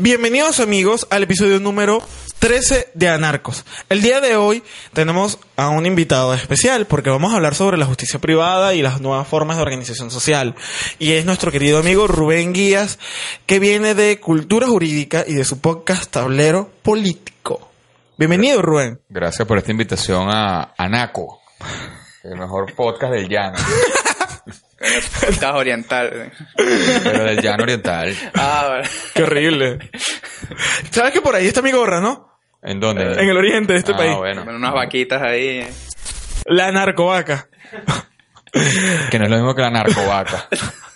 Bienvenidos amigos al episodio número 13 de Anarcos. El día de hoy tenemos a un invitado especial porque vamos a hablar sobre la justicia privada y las nuevas formas de organización social. Y es nuestro querido amigo Rubén Guías, que viene de Cultura Jurídica y de su podcast Tablero Político. Bienvenido, Rubén. Gracias por esta invitación a Anaco, el mejor podcast del llano. Estás oriental. Pero del llano oriental. Bueno. Qué horrible. ¿Sabes que por ahí está mi gorra, no? ¿En dónde? En el oriente de este país. Bueno. Unas vaquitas ahí. La narcovaca. Que no es lo mismo que la narcovaca.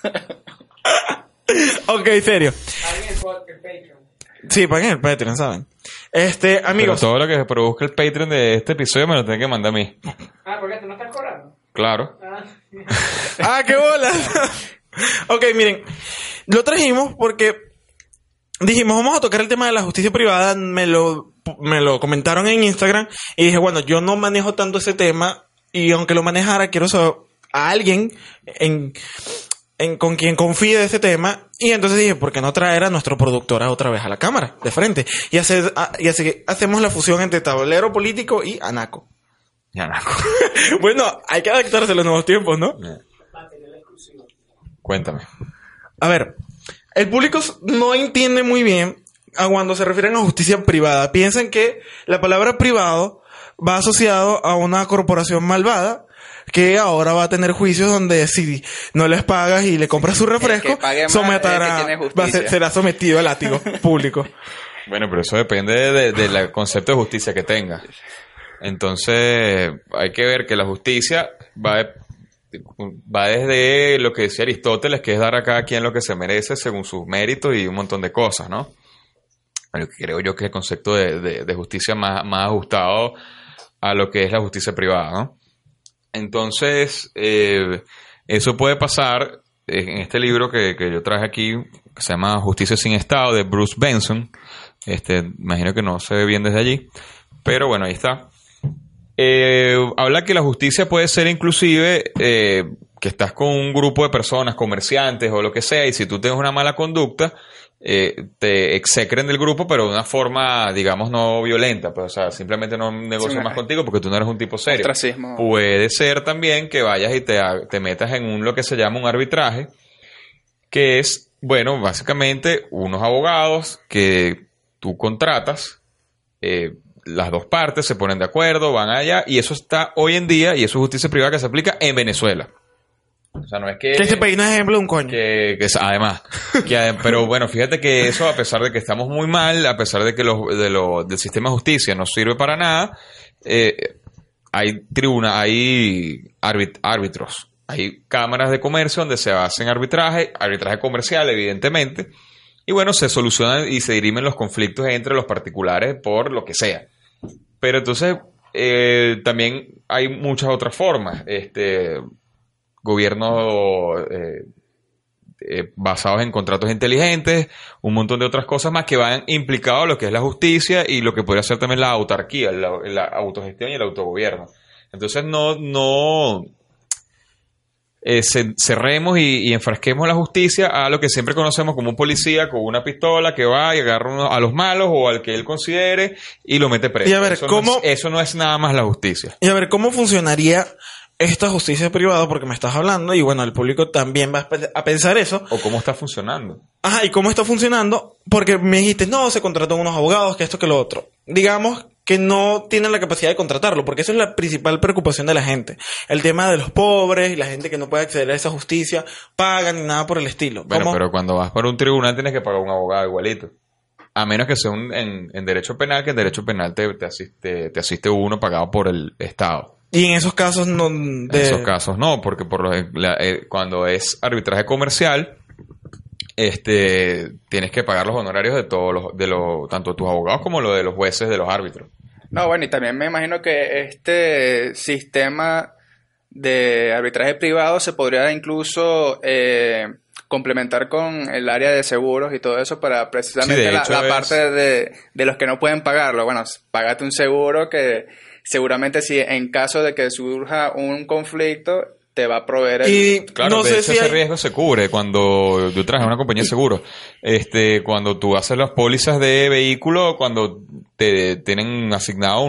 Ok, serio. Sí, paguen el Patreon, ¿saben? Amigos. Pero todo lo que se produzca el Patreon de este episodio me lo tienen que mandar a mí. ¿Por qué tú no estás cobrando? Claro. ¡Qué bola! Ok, miren. Lo trajimos porque dijimos, vamos a tocar el tema de la justicia privada. Me lo comentaron en Instagram y dije, bueno, yo no manejo tanto ese tema y aunque lo manejara, quiero saber a alguien con quien confíe de ese tema. Y entonces dije, ¿por qué no traer a nuestro productora otra vez a la cámara, de frente? Y así hacemos la fusión entre Tablero Político y Anaco. Anaco. Bueno, hay que adaptarse a los nuevos tiempos, ¿no? Cuéntame. A ver, el público no entiende muy bien a cuando se refieren a justicia privada. Piensan que la palabra privado va asociado a una corporación malvada que ahora va a tener juicios donde si no les pagas y le compras su refresco, será sometido al látigo público. Bueno, pero eso depende del concepto de justicia que tenga. Entonces, hay que ver que la justicia va desde lo que decía Aristóteles, que es dar a cada quien lo que se merece según sus méritos y un montón de cosas, ¿no? Pero creo yo que es el concepto de justicia más ajustado a lo que es la justicia privada, ¿no? Entonces, eso puede pasar en este libro que yo traje aquí, que se llama Justicia sin Estado, de Bruce Benson. Imagino que no se ve bien desde allí, pero bueno, ahí está. Habla que la justicia puede ser inclusive que estás con un grupo de personas, comerciantes o lo que sea, y si tú tienes una mala conducta, te execren del grupo, pero de una forma, digamos, no violenta, pues, o sea, simplemente no negocio más contigo porque tú no eres un tipo serio. Ostracismo. Puede ser también que vayas y te metas en lo que se llama un arbitraje, que es, bueno, básicamente unos abogados que tú contratas, las dos partes se ponen de acuerdo, van allá, y eso está hoy en día, y eso es justicia privada que se aplica en Venezuela. O sea, no es que este país no es ejemplo de un coño. Además. Pero bueno, fíjate que eso, a pesar de que estamos muy mal, a pesar de que del sistema de justicia no sirve para nada, hay árbitros. Hay cámaras de comercio donde se hacen arbitraje comercial, evidentemente. Y bueno, se solucionan y se dirimen los conflictos entre los particulares por lo que sea. Pero entonces, también hay muchas otras formas. Gobiernos basados en contratos inteligentes, un montón de otras cosas más que van implicados en lo que es la justicia y lo que podría ser también la autarquía, la autogestión y el autogobierno. Entonces cerremos y enfrasquemos la justicia a lo que siempre conocemos como un policía con una pistola que va y agarra a los malos o al que él considere y lo mete preso. Y a ver, eso no es nada más la justicia. Y a ver, ¿cómo funcionaría esta justicia privada? Porque me estás hablando y bueno, el público también va a pensar eso. ¿O cómo está funcionando? Ajá, ¿y cómo está funcionando? Porque me dijiste, no, se contrató unos abogados, que esto, que lo otro. Digamos que no tienen la capacidad de contratarlo, porque eso es la principal preocupación de la gente. El tema de los pobres y la gente que no puede acceder a esa justicia, pagan y nada por el estilo. Bueno, pero cuando vas por un tribunal tienes que pagar un abogado igualito. A menos que sea en derecho penal, que en derecho penal te asiste uno pagado por el Estado. Y en esos casos no... En esos casos no, porque cuando es arbitraje comercial, tienes que pagar los honorarios de todos tanto tus abogados como los de los jueces, de los árbitros. No, bueno, y también me imagino que este sistema de arbitraje privado se podría incluso complementar con el área de seguros y todo eso para precisamente la parte de los que no pueden pagarlo. Bueno, págate un seguro que seguramente si en caso de que surja un conflicto te va a proveer el... Y Claro, no de sé hecho si ese hay... riesgo se cubre cuando tú trabajas en una compañía de seguro. Cuando tú haces las pólizas de vehículo, cuando te tienen asignado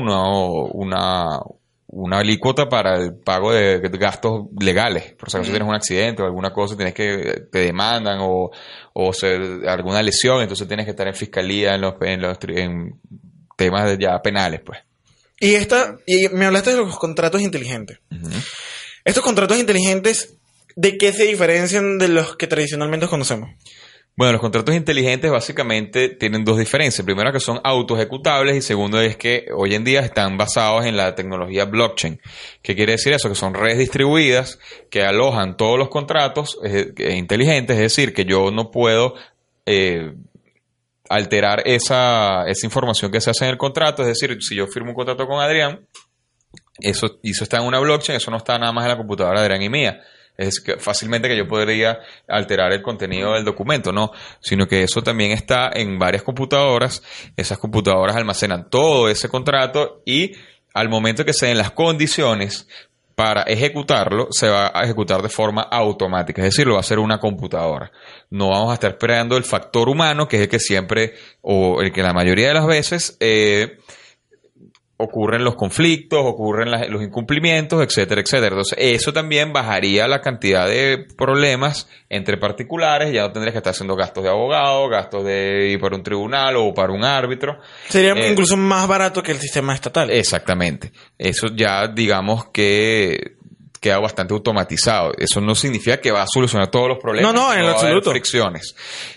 una alícuota para el pago de gastos legales. Por si acaso tienes un accidente o alguna cosa, te demandan o alguna lesión, entonces tienes que estar en fiscalía en temas ya penales, pues. Y me hablaste de los contratos inteligentes. Ujú. Estos contratos inteligentes, ¿de qué se diferencian de los que tradicionalmente conocemos? Bueno, los contratos inteligentes básicamente tienen dos diferencias. Primero, que son autoejecutables, y segundo es que hoy en día están basados en la tecnología blockchain. ¿Qué quiere decir eso? Que son redes distribuidas que alojan todos los contratos inteligentes, es decir, que yo no puedo alterar esa información que se hace en el contrato. Es decir, si yo firmo un contrato con Adrián, eso está en una blockchain, eso no está nada más en la computadora de Adrián y mía. Es que fácilmente que yo podría alterar el contenido del documento, no, sino que eso también está en varias computadoras. Esas computadoras almacenan todo ese contrato y al momento que se den las condiciones para ejecutarlo, se va a ejecutar de forma automática, es decir, lo va a hacer una computadora. No vamos a estar esperando el factor humano, que es el que siempre, o el que la mayoría de las veces ocurren los conflictos, ocurren los incumplimientos, etcétera, etcétera. Entonces, eso también bajaría la cantidad de problemas entre particulares. Ya no tendrías que estar haciendo gastos de abogado, gastos de ir para un tribunal o para un árbitro. Sería incluso más barato que el sistema estatal. Exactamente. Eso ya, digamos que queda bastante automatizado. Eso no significa que va a solucionar todos los problemas. No, en lo absoluto. Fricciones.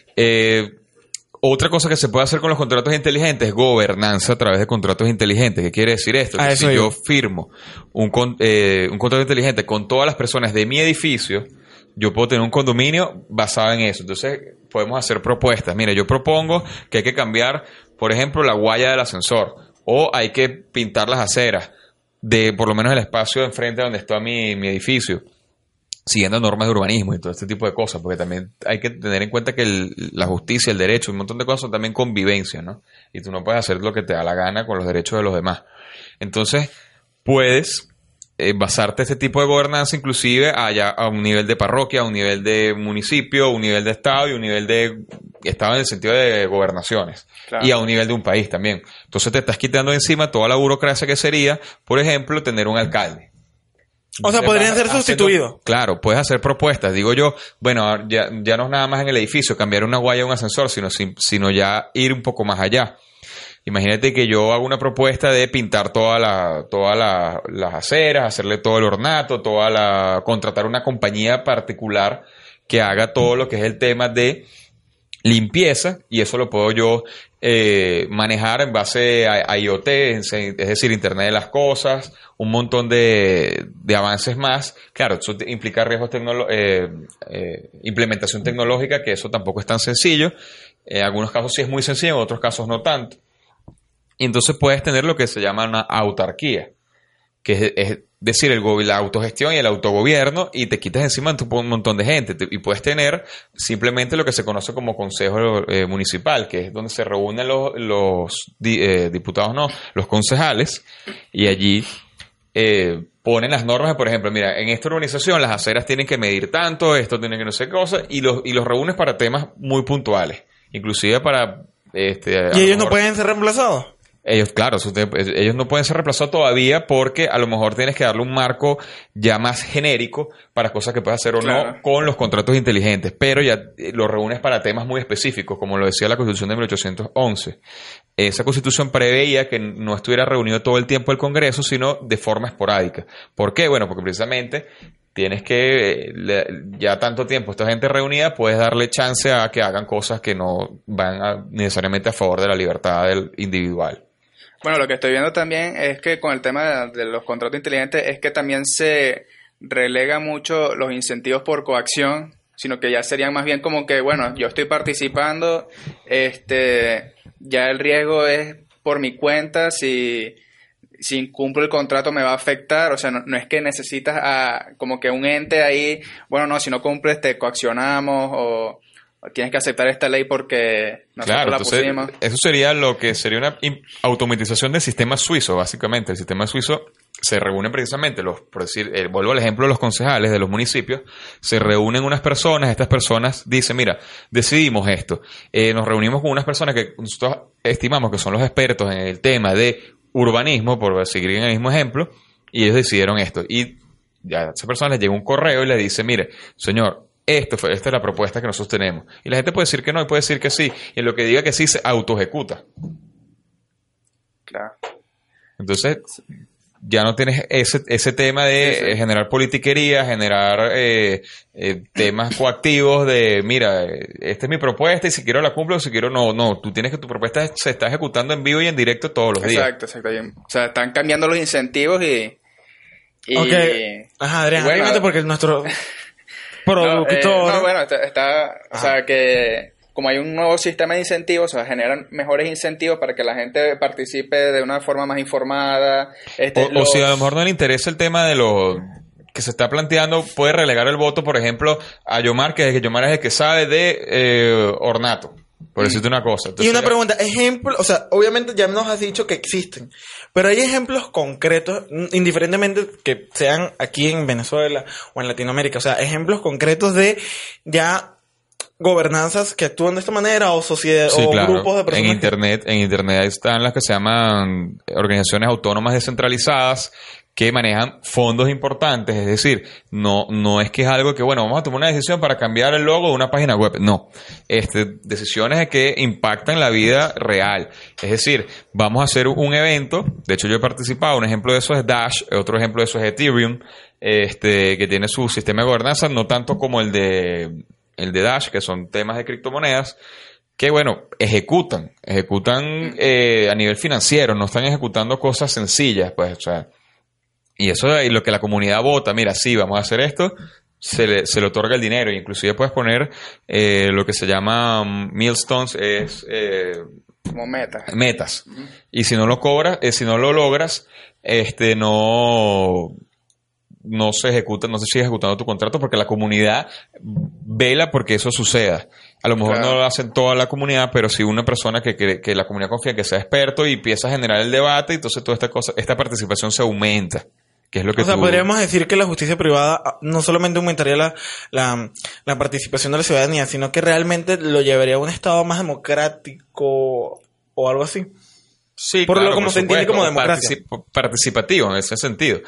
Otra cosa que se puede hacer con los contratos inteligentes es gobernanza a través de contratos inteligentes. ¿Qué quiere decir esto? Que si yo firmo un contrato inteligente con todas las personas de mi edificio, yo puedo tener un condominio basado en eso. Entonces, podemos hacer propuestas. Mira, yo propongo que hay que cambiar, por ejemplo, la guaya del ascensor, o hay que pintar las aceras de, por lo menos, el espacio de enfrente donde está mi edificio, siguiendo normas de urbanismo y todo este tipo de cosas, porque también hay que tener en cuenta que la justicia, el derecho, un montón de cosas son también convivencia, ¿no? Y tú no puedes hacer lo que te da la gana con los derechos de los demás. Entonces, puedes basarte este tipo de gobernanza inclusive allá a un nivel de parroquia, a un nivel de municipio, a un nivel de estado y un nivel de estado en el sentido de gobernaciones. Claro. Y a un nivel de un país también. Entonces te estás quitando encima toda la burocracia que sería, por ejemplo, tener un alcalde. O sea, podrían ser sustituidos. Claro, puedes hacer propuestas. Digo yo, bueno, ya no es nada más en el edificio, cambiar una guaya o un ascensor, sino ya ir un poco más allá. Imagínate que yo hago una propuesta de pintar todas las aceras, hacerle todo el ornato, contratar una compañía particular que haga todo lo que es el tema de limpieza, y eso lo puedo yo manejar en base a IoT, es decir, Internet de las Cosas, un montón de avances más. Claro, eso implica riesgos implementación tecnológica, que eso tampoco es tan sencillo. En algunos casos sí es muy sencillo, en otros casos no tanto. Y entonces puedes tener lo que se llama una autarquía, que es decir, la autogestión y el autogobierno, y te quitas encima un montón de gente. Y puedes tener simplemente lo que se conoce como consejo municipal, que es donde se reúnen los diputados, los concejales, y allí ponen las normas. Por ejemplo, mira, en esta urbanización las aceras tienen que medir tanto, esto tiene que no sé qué cosa, y los reúnes para temas muy puntuales, inclusive para... ¿Y ellos no pueden ser reemplazados? Ellos, claro, ellos no pueden ser reemplazados todavía, porque a lo mejor tienes que darle un marco ya más genérico para cosas que puedes hacer o no con los contratos inteligentes, pero ya lo reúnes para temas muy específicos, como lo decía la Constitución de 1811. Esa Constitución preveía que no estuviera reunido todo el tiempo el Congreso, sino de forma esporádica. ¿Por qué? Bueno, porque precisamente tienes que, ya tanto tiempo esta gente reunida, puedes darle chance a que hagan cosas que no van necesariamente a favor de la libertad del individual. Bueno, lo que estoy viendo también es que con el tema de los contratos inteligentes es que también se relega mucho los incentivos por coacción, sino que ya serían más bien como que, bueno, yo estoy participando, ya el riesgo es por mi cuenta, si incumplo el contrato me va a afectar. O sea, no es que necesitas como que un ente ahí, bueno, no, si no cumples te coaccionamos o tienes que aceptar esta ley porque nosotros la pusimos. Eso sería lo que sería una automatización del sistema suizo, básicamente. El sistema suizo se reúnen precisamente por decir, vuelvo al ejemplo de los concejales de los municipios, se reúnen unas personas, estas personas dicen, mira, decidimos esto, nos reunimos con unas personas que nosotros estimamos que son los expertos en el tema de urbanismo, por seguir en el mismo ejemplo, y ellos decidieron esto, y ya a esa persona les llega un correo y le dice, mire, señor, esta es la propuesta que nosotros tenemos, y la gente puede decir que no y puede decir que sí, y en lo que diga que sí se autoejecuta. Claro. Entonces ya no tienes ese tema de generar politiquería, generar temas coactivos de, mira, esta es mi propuesta y si quiero la cumplo o si quiero no. Tú tienes que tu propuesta se está ejecutando en vivo y en directo todos los días. Exacto. O sea, están cambiando los incentivos y Ok. Ajá, Adrián, bueno, anímate porque nuestro productor... bueno, o sea, que como hay un nuevo sistema de incentivos, o sea, generan mejores incentivos para que la gente participe de una forma más informada. O si a lo mejor no le interesa el tema de lo que se está planteando, puede relegar el voto, por ejemplo, a Yomar, que Yomar es el que sabe de ornato, por decirte una cosa. Entonces, y una pregunta, ejemplo, o sea, obviamente ya nos has dicho que existen, pero hay ejemplos concretos, indiferentemente que sean aquí en Venezuela o en Latinoamérica, o sea, ejemplos concretos de ya gobernanzas que actúan de esta manera o sociedades sí, o claro. grupos de personas. En internet están las que se llaman organizaciones autónomas descentralizadas que manejan fondos importantes, es decir, no es que es algo que, bueno, vamos a tomar una decisión para cambiar el logo de una página web, no, decisiones que impactan la vida real, es decir, vamos a hacer un evento, de hecho yo he participado, un ejemplo de eso es Dash, otro ejemplo de eso es Ethereum, que tiene su sistema de gobernanza, no tanto como el de Dash, que son temas de criptomonedas, que bueno, ejecutan a nivel financiero, no están ejecutando cosas sencillas, pues, o sea, y eso es lo que la comunidad vota, mira, sí, vamos a hacer esto, se le otorga el dinero, inclusive puedes poner lo que se llama milestones, como metas, y si no lo cobras, si no lo logras, no se ejecuta, no se sigue ejecutando tu contrato porque la comunidad vela porque eso suceda. A lo mejor no lo hacen toda la comunidad, pero si una persona que la comunidad confía en que sea experto y empieza a generar el debate, entonces toda esta participación se aumenta. Que es lo que podríamos decir que la justicia privada no solamente aumentaría la participación de la ciudadanía, sino que realmente lo llevaría a un estado más democrático o algo así. Sí, por claro, lo como se entiende como democracia. Participativo en ese sentido.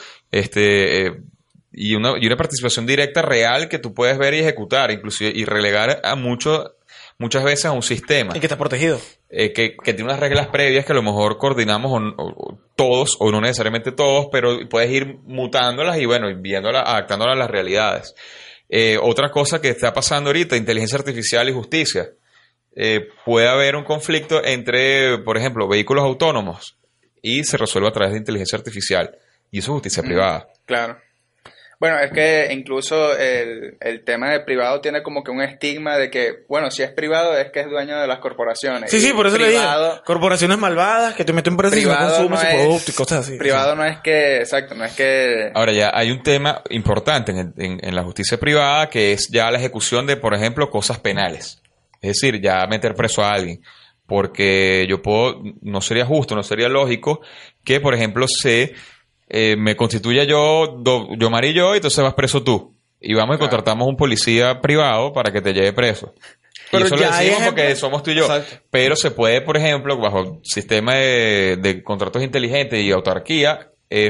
Y una participación directa real que tú puedes ver y ejecutar, inclusive, y relegar a muchas veces a un sistema. Y que está protegido. Que tiene unas reglas previas que a lo mejor coordinamos o todos, o no necesariamente todos, pero puedes ir mutándolas y bueno, viéndolas, adaptándolas a las realidades. Otra cosa que está pasando ahorita, inteligencia artificial y justicia. Puede haber un conflicto entre, por ejemplo, vehículos autónomos y se resuelve a través de inteligencia artificial. Y eso es justicia privada. Claro. Bueno, es que incluso el tema de privado tiene como que un estigma de que, bueno, si es privado es que es dueño de las corporaciones. Sí, por eso privado, le dije. Corporaciones malvadas que te meten preso y no consumen su producto y cosas así. Privado no es que, exacto, no es que... Ahora ya hay un tema importante en la justicia privada que es ya la ejecución de, por ejemplo, cosas penales. Es decir, ya meter preso a alguien. Porque no sería justo, no sería lógico que, por ejemplo, me constituya yo y entonces vas preso tú. Y vamos y contratamos un policía privado para que te lleve preso. Pero y eso lo decimos porque somos tú y yo. Exacto. Pero se puede, por ejemplo, bajo sistema de contratos inteligentes y autarquía,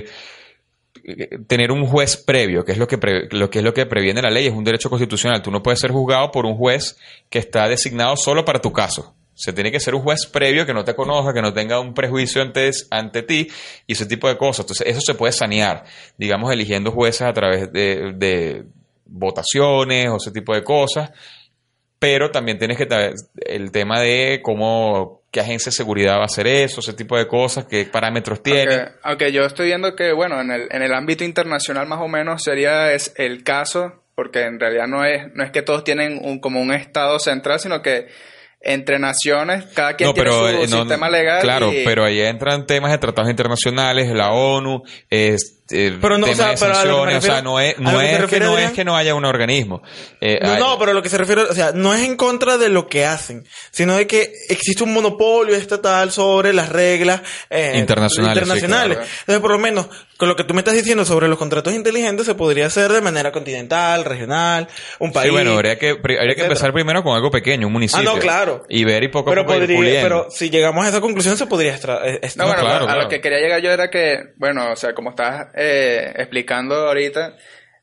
tener un juez previo, que es lo que previene la ley, es un derecho constitucional. Tú no puedes ser juzgado por un juez que está designado solo para tu caso. Se tiene que ser un juez previo que no te conozca, que no tenga un prejuicio ante ti y ese tipo de cosas. Entonces, eso se puede sanear, digamos, eligiendo jueces a través de votaciones o ese tipo de cosas. Pero también tienes que el tema de qué agencia de seguridad va a hacer eso, ese tipo de cosas, qué parámetros tiene. Aunque yo estoy viendo que, bueno, en el ámbito internacional más o menos es el caso, porque en realidad no es que todos tienen como un estado central, sino que entre naciones, cada quien tiene su sistema legal. Claro, pero ahí entran temas de tratados internacionales, la ONU, Pero no, tema o sea, de pero a lo que me sanciones, o sea, refiero- no es, a lo que te refieres, no es Adrián. que no haya un organismo. No, pero lo que se refiere, o sea, no es en contra de lo que hacen, sino de que existe un monopolio estatal sobre las reglas Internacionales, sí, claro. Entonces, por lo menos, con lo que tú me estás diciendo sobre los contratos inteligentes, se podría hacer de manera continental, regional, un país. Sí, bueno, habría que etcétera. empezar primero con algo pequeño, un municipio. Ah, no, claro. Y ver y poco a Pero poco ir puliendo. pero si llegamos a esa conclusión, se podría No, bueno, claro, a claro. lo que quería llegar yo era que, bueno, o sea, como estás explicando ahorita,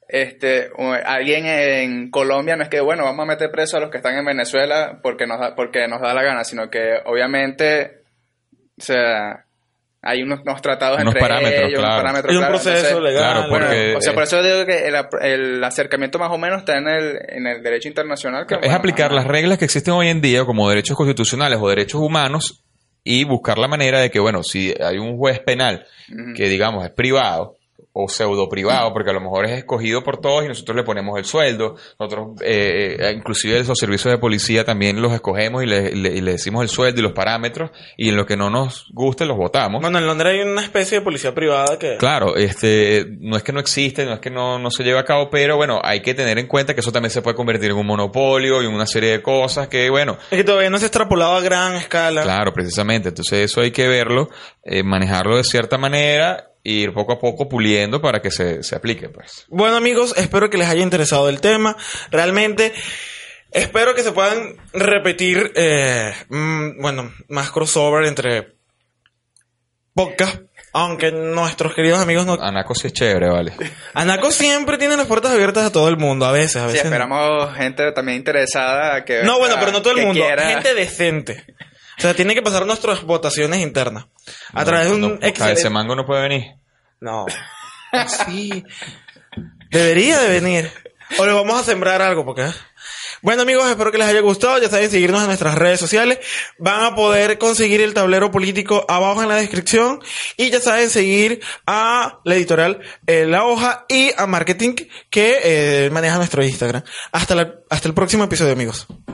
alguien en Colombia no es que, bueno, vamos a meter preso a los que están en Venezuela porque nos da la gana, sino que obviamente, o sea, hay unos tratados Unos entre parámetros, ellos, claro. unos parámetros, Hay un claro. proceso Entonces, legal. claro, bueno, porque, o sea, por eso digo que el acercamiento más o menos está en el derecho internacional. Que, es bueno, aplicar las reglas que existen hoy en día como derechos constitucionales o derechos humanos y buscar la manera de que, bueno, si hay un juez penal que, digamos, es privado o pseudo privado, porque a lo mejor es escogido por todos y nosotros le ponemos el sueldo, nosotros inclusive esos servicios de policía también los escogemos y le decimos el sueldo y los parámetros, y en lo que no nos guste los votamos. Bueno, en Londres hay una especie de policía privada que... Claro, no es que no existe, no es que no se lleve a cabo, pero bueno, hay que tener en cuenta que eso también se puede convertir en un monopolio y una serie de cosas que, bueno, Es que todavía no se ha extrapolado a gran escala. claro, precisamente. Entonces eso hay que verlo, manejarlo de cierta manera, e ir poco a poco puliendo para que se aplique, pues. Bueno, amigos, espero que les haya interesado el tema. Realmente, espero que se puedan repetir, bueno, más crossover entre podcast. Aunque nuestros queridos amigos no... Anaco sí es chévere, vale. Anaco siempre tiene las puertas abiertas a todo el mundo, a veces Sí, no. esperamos gente también interesada a que No, bueno, pero no todo el que mundo. quiera- Gente decente. O sea, tiene que pasar nuestras votaciones internas. A través de un Ese excelente... mango no puede venir. No. Sí. Debería de venir. O le vamos a sembrar algo, porque... Bueno, amigos, espero que les haya gustado. Ya saben, seguirnos en nuestras redes sociales. Van a poder conseguir el tablero político abajo en la descripción. Y ya saben, seguir a la editorial La Hoja y a Marketing, que maneja nuestro Instagram. Hasta el próximo episodio, amigos.